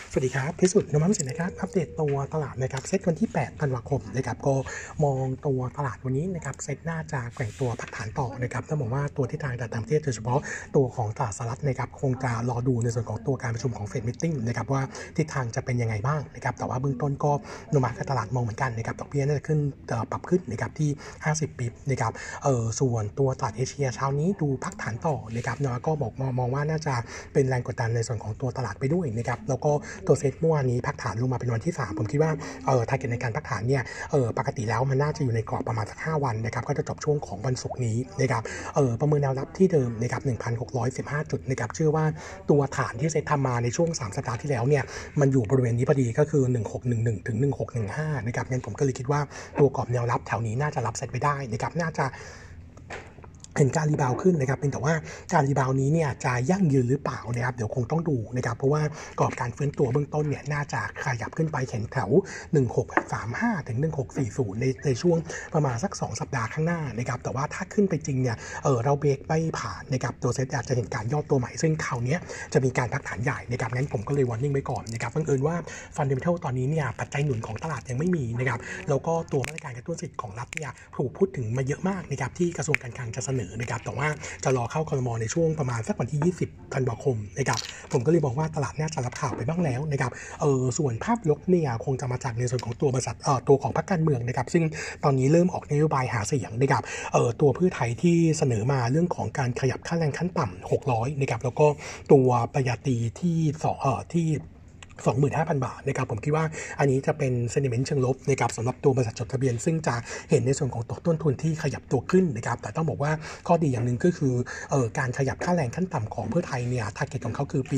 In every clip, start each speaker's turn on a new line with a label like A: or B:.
A: สวัสดีครับพิสุทธิ์นมัสสินนะครับอัปเดตตัวตลาดนะครับเซตวันที่8ธันวาคมนะครับก็มองตัวตลาดวันนี้นะครับเซตน่าจะแกว่งตัวพักฐานต่อนะครับต้องบอกว่าตัวทิศทางต่างประเทศโดยเฉพาะตัวของตลาดสหรัฐนะครับคงจะรอดูในส่วนของตัวการประชุมของเฟดมิทติ้งนะครับว่าทิศทางจะเป็นยังไงบ้างนะครับแต่ว่าเบื้องต้นก็โนมากับตลาดมองเหมือนกันนะครับดอกเบี้ยน่าจะขึ้นปรับขึ้นนะครับที่50ปีนะครับส่วนตัวตลาดเอเชียเช้านี้ดูพักฐานต่อนะครับโนมาก็มองว่าน่าจะเป็นแรงกดดันในส่วนของตัวตลาดไปด้วยนะครับแล้วก็ตัวเซ็ตเมื่อวานนี้พักฐานลงมาเป็นวันที่3ผมคิดว่าทาร์เก็ตในการพักฐานเนี่ยปกติแล้วมันน่าจะอยู่ในกรอบประมาณสัก5วันนะครับก็จะจบช่วงของวันศุกร์นี้นะครับประเมินแนวรับที่เดิมนะครับ 1,615 จุดนะครับเชื่อว่าตัวฐานที่เซ็ตทำมาในช่วง3สัปดาห์ที่แล้วเนี่ยมันอยู่บริเวณนี้พอดีก็คือ1611ถึง1615นะครับงั้นผมก็เลยคิดว่าตัวกรอบแนวรับแถวนี้น่าจะรับเซ็ตไปได้นะครับน่าจะเห็นการรีบาวขึ้นนะครับเป็นแต่ว่าการรีบาวนี้เนี่ยจะยั่งยืนหรือเปล่านะครับเดี๋ยวคงต้องดูนะครับเพราะว่ากรอบการฟื้นตัวเบื้องต้นเนี่ยน่าจะขยับขึ้นไปเห็นแถว1635ถึง1640ในช่วงประมาณสัก2สัปดาห์ข้างหน้านะครับแต่ว่าถ้าขึ้นไปจริงเนี่ยเราเบรกไม่ผ่านนะครับตัวเซ็ตอาจจะเห็นการย่อตัวใหม่ซึ่งคราวนี้จะมีการพักฐานใหญ่นะครับงั้นผมก็เลยวอร์นิ่งไว้ก่อนนะครับบังเอิญว่าฟันเดเมนทัลตอนนี้เนี่ยปัจจัยหนุนของตลาดยังไม่มีนะครับแล้วก็ตัวมาตรการกระตุ้นเศรษฐกิจของรัฐเนี่ยถูกพูดถึงมาเยอะมากนะครับที่กระทรวงการคลังจะเสนอนะครับแต่ว่าจะรอเข้าครม.ในช่วงประมาณสักวันที่20ธันวาคมนะครับผมก็เลยบอกว่าตลาดน่าจะรับข่าวไปบ้างแล้วนะครับส่วนภาพลบเนี่ยคงจะมาจากในส่วนของตัวบริษัทตัวของพรรคการเมืองนะครับซึ่งตอนนี้เริ่มออกนโยบายหาเสียงนะครับตัวเพื่อไทยที่เสนอมาเรื่องของการขยับค่าแรงขั้นต่ำ600นะครับแล้วก็ตัวปริญญาตรีที่ 25,000 บาทนะครับผมคิดว่าอันนี้จะเป็นเซนิเมนต์เชิงลบนะครับสำหรับตัวบริษัทจดทะเบียนซึ่งจะเห็นในส่วนของต้นทุนที่ขยับตัวขึ้นนะครับแต่ต้องบอกว่าข้อดีอย่างหนึ่งก็คือการขยับค่าแรงขั้นต่ำของเพื่อไทยเนี่ยทาร์เก็ตของเขาคือปี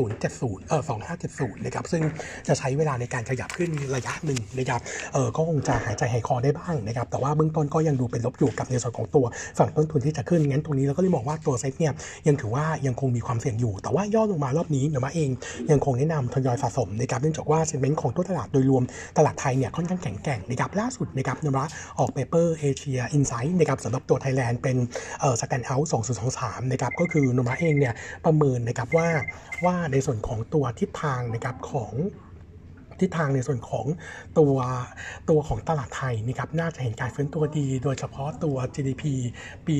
A: 2570นะครับซึ่งจะใช้เวลาในการขยับขึ้นระยะหนึ่งนะครับก็คงจะหายใจหายคอได้บ้างนะครับแต่ว่าเบื้องต้นก็ยังดูเป็นลบอยู่กับในส่วนของตัวฝั่งต้นทุนที่จะขึ้นงั้นตรงนี้เราก็เลยมองว่าตัวเซ็ตเนี่ยยังถือว่ายังคงมีความเสี่ยงอยู่แต่ว่าย่อลงมารอบนี้เองยังคงแนะนำทยอยสะสมนะครับเนื่องจากว่าเซนเมนต์ของตัวตลาดโดยรวมตลาดไทยเนี่ยค่อนข้างแข็งแกร่งนะครับล่าสุดนะครับนำออกเปเปอร์เอเชียอินไซต์นะครับสำหรับตัวไทยแลนด์เป็นสแตนด์เอาท์2023นะครับก็คือนำเองเนี่ยประเมินนะครับว่าในส่วนของตัวทิศทางนะครับของทิศทางในส่วนของตัวของตลาดไทยนะครับน่าจะเห็นการฟื้นตัวดีโดยเฉพาะตัว GDP ปี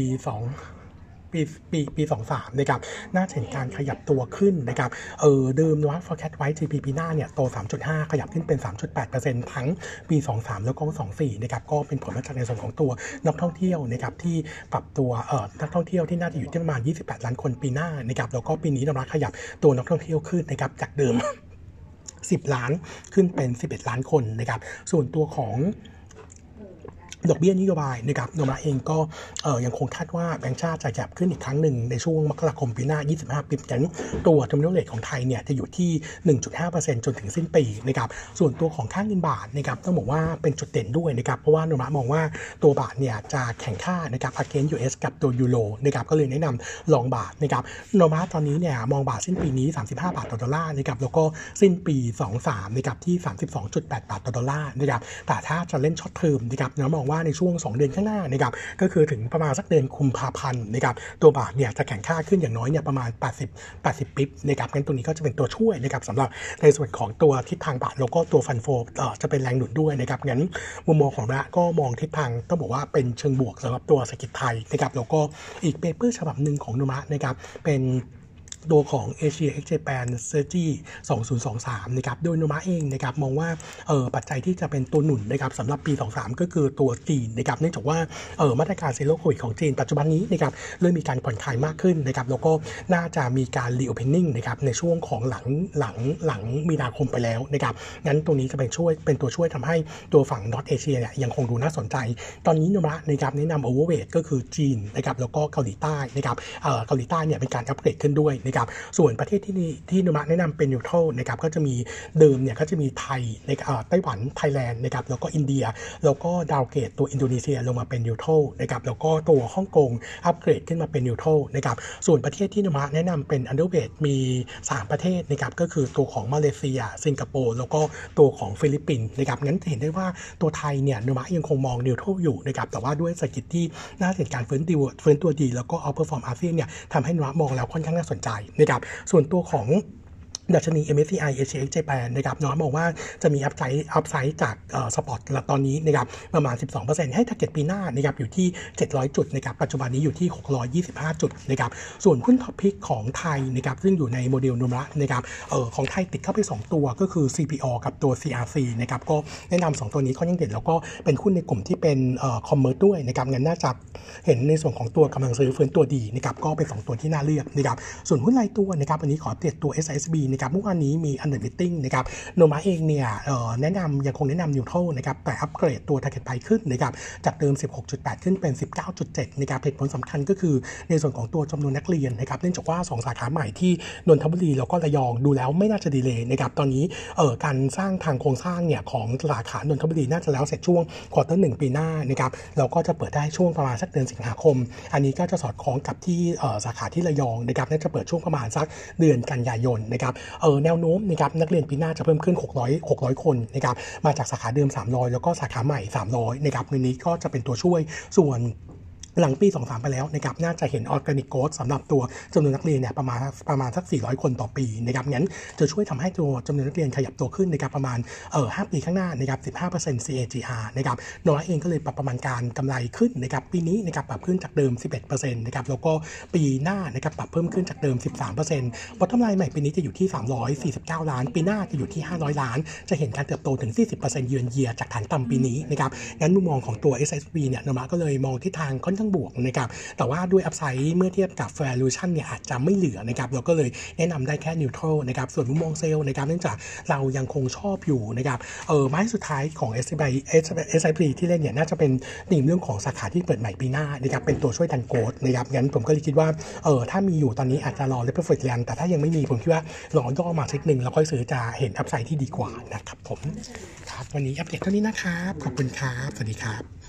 A: 23นะครับน่าจะเห็นการขยับตัวขึ้นนะครับเดิมนะ forecast ไว้ GDP ปีหน้าเนี่ยโต 3.5 ขยับขึ้นเป็น 3.8% ทั้งปี23แล้วก็24นะครับก็เป็นผลมาจากในส่วนของตัวนักท่องเที่ยวนะครับที่ปรับตัวนักท่องเที่ยวที่น่าจะอยู่ที่ประมาณ28ล้านคนปีหน้านะครับแล้วก็ปีนี้เราขยับตัวนักท่องเที่ยวขึ้นนะครับจากเดิม10 ล้านขึ้นเป็น11ล้านคนนะครับส่วนตัวของดอกเบี้ยนโยบายนะครับโนมาเองก็ยังคงคาดว่าแบงก์ชาติจะจับขึ้นอีกครั้งหนึ่งในช่วงมกราคมปีหน้า25ปีนั้นตัว terminal rate ของไทยเนี่ยจะอยู่ที่ 1.5% จนถึงสิ้นปีนะครับส่วนตัวของค่าเงินบาทนะครับต้องบอกว่าเป็นจุดเด่นด้วยนะครับเพราะว่าโนมามองว่าตัวบาทเนี่ยจะแข่งค่านะครับ against US กับตัวยูโรนะครับก็เลยแนะนำลองบาทนะครับโนมาตอนนี้เนี่ยมองบาทสิ้นปีนี้35 บาทต่อดอลลาร์นะครับแล้วก็สิ้นปี23นะครับที่ 32.8 บาทต่อดอลลาร์นะครับแต่ถ้าจะเล่นช็อตเทอมนะครับโนมองว่าในช่วง2เดือนข้างหน้านะครับก็คือถึงประมาณสักเดือนกุมภาพันธ์นะครับตัวบาทเนี่ยจะแข็งค่าขึ้นอย่างน้อยเนี่ยประมาณ80ปิ๊บนะครับงั้นตัวนี้ก็จะเป็นตัวช่วยนะครับสำหรับในส่วนของตัวทิศทางบาทแล้วก็ตัวฟันโฟจะเป็นแรงหนุนด้วยนะครับงั้นมุมมองของเราก็มองทิศทางต้องบอกว่าเป็นเชิงบวกสำหรับตัวเศรษฐกิจไทยนะครับแล้วก็อีกเปเปอร์ฉบับหนึ่งของโนมะนะครับเป็นตัวของ Asia X Japan Strategy 2023นะครับโดยโนมะเองนะครับมองว่าปัจจัยที่จะเป็นตัวหนุนนะครับสำหรับปี23ก็คือตัวจีนนะครับเนื่องจากว่ามาตรการซีโร่โควิดของจีนปัจจุบันนี้นะครับเริ่มมีการผ่อนคลายมากขึ้นนะครับแล้วก็น่าจะมีการ reopening นะครับในช่วงของหลังมีนาคมไปแล้วนะครับงั้นตัวนี้จะเป็นตัวช่วยทำให้ตัวฝั่ง North Asia เนี่ยยังคงดูน่าสนใจตอนนี้โนมะนะครับแนะนำ overweight ก็คือจีนนะครับแล้วก็เกาหลีใต้นะครับเกาหลีใต้เนี่ยเป็นการอัปเกรดขึ้นด้วยนะครับส่วนประเทศที่โนมะแนะนำเป็นนิวทรัลนะครับก็จะมีเดิมเนี่ยก็จะมีไทยในไต้หวันไทยแลนด์นะครับแล้วก็อินเดียแล้วก็ดาวเกรดตัวอินโดนีเซียลงมาเป็นนิวทรัลนะครับแล้วก็ตัวฮ่องกงอัปเกรดขึ้นมาเป็นนิวทรัลนะครับส่วนประเทศที่โนมะแนะนำเป็นอันเดอร์เวทมี3ประเทศนะครับก็คือตัวของมาเลเซียสิงคโปร์แล้วก็ตัวของฟิลิปปินส์นะครับงั้นเห็นได้ว่าตัวไทยเนี่ยโนมะยังคงมองนิวทรัลอยู่นะครับแต่ว่าด้วยเศรษฐกิจที่น่าเห็นการฟื้นตัวดีแล้วก็เอาท์เพอร์ฟอร์มอาเซียนเนี่ยทำให้โนมะมองแล้วค่อนข้างน่าสนใจนะครับส่วนตัวของดัชนี MSCI HX Japan นะครับน้อยมองว่าจะมีอัพไซด์จากสปอตตอนนี้นะครับประมาณ 12% ให้ target ปีหน้านะครับอยู่ที่700 จุดนะครับปัจจุบันนี้อยู่ที่625 จุดนะครับส่วนหุ้นท็อปพิกของไทยนะครับซึ่งอยู่ในโมเดลนุมระนะครับของไทยติดเข้าไป2ตัวก็คือ CPO กับตัว CRC นะครับก็แนะนำ2ตัวนี้ค่อนข้างเด่นแล้วก็เป็นหุ้นในกลุ่มที่เป็นคอมเมอร์ด้วยนะครับงั้นน่าจะเห็นในส่วนของตัวกำลังซื้อฟื้นตัวดีนะครับก็เป็น2ตัวที่น่าเลือกนะครับส่วนหุ้นรายตัวนะครับวันนี้ขออัปเดตตัว SSB นะครับเมื่อวานนี้มี Under Meeting นะครับโนมาเองเนี่ยยังคงแนะนำ Neutral นะครับแต่อัปเกรดตัว Target Price ขึ้นนะครับจากเดิม 16.8 ขึ้นเป็น 19.7 นะครับเหตุผลสำคัญก็คือในส่วนของตัวจำนวนนักเรียนนะครับเนื่องจากว่า2สาขาใหม่ที่นนทบุรีแล้วก็ระยองดูแล้วไม่น่าจะดีเลย์นะครับตอนนี้การสร้างทางโครงสร้างเนี่ยของสาขานนทบุรีน่าจะแล้วเสร็จช่วงควอเตอร์1ปีหน้านะครับเราก็จะเปิดได้ช่วงประมาณสักเดือนสิงหาคมอันนี้ก็จะสอดคล้องกับที่สาขาที่ระยองนะครับน่าจะเปิดช่วงประมาณสักเดือนกันยายนนะครับแนวโน้มนะครับนักเรียนปีหน้าจะเพิ่มขึ้น600 คนนะครับมาจากสาขาเดิม300แล้วก็สาขาใหม่300นะครับในนี้ก็จะเป็นตัวช่วยส่วนหลังปี 23 ไปแล้วนะครับน่าจะเห็น Organic Growth สำหรับตัวจำนวนนักเรียนเนี่ยประมาณสัก400 คนต่อปีนะครับงั้นจะช่วยทำให้ตัวจำนวนนักเรียนขยับตัวขึ้นนะครับประมาณ5 ปีข้างหน้านะครับ 15% CAGR นะครับโนอาเองก็เลยปรับประมาณการกำไรขึ้นนะครับปีนี้นะครับปรับขึ้นจากเดิม 11% นะครับแล้วก็ปีหน้านะครับปรับเพิ่มขึ้นจากเดิม 13% Bottom Line ใหม่ปีนี้จะอยู่ที่349 ล้านปีหน้าจะอยู่ที่500 ล้านจะเห็นการเติบโตถึง 40% year-on-year จากฐานต่ำปีนี้นะครับงั้นมุมมองของตัว SSB เนี่ยโนมาก็เลยมองทิศทางค่อนข้างบวกนะครับแต่ว่าด้วยอัพไซด์เมื่อเทียบกับ valuation เนี่ยอาจจะไม่เหลือนะครับเราก็เลยแนะนำได้แค่ neutral นะครับส่วนมุมมองเซลล์นะครับเนื่องจากเรายังคงชอบอยู่นะครับไม้สุดท้ายของ SIP ที่เล่นเนี่ยน่าจะเป็นเรื่องของสาขาที่เปิดใหม่ปีหน้านะครับเป็นตัวช่วยดันโกดนะครับงั้นผมก็เลยคิดว่าถ้ามีอยู่ตอนนี้อาจจะรอ Leverage แรงแต่ถ้ายังไม่มีผมคิดว่ารอย่อมาสักนึงแล้วค่อยซื้อจะเห็นอัพไซด์ที่ดีกว่านะครับผมครับวันนี้อัปเดตเท่านี้นะครับขอบคุณครับสวัสดีครับ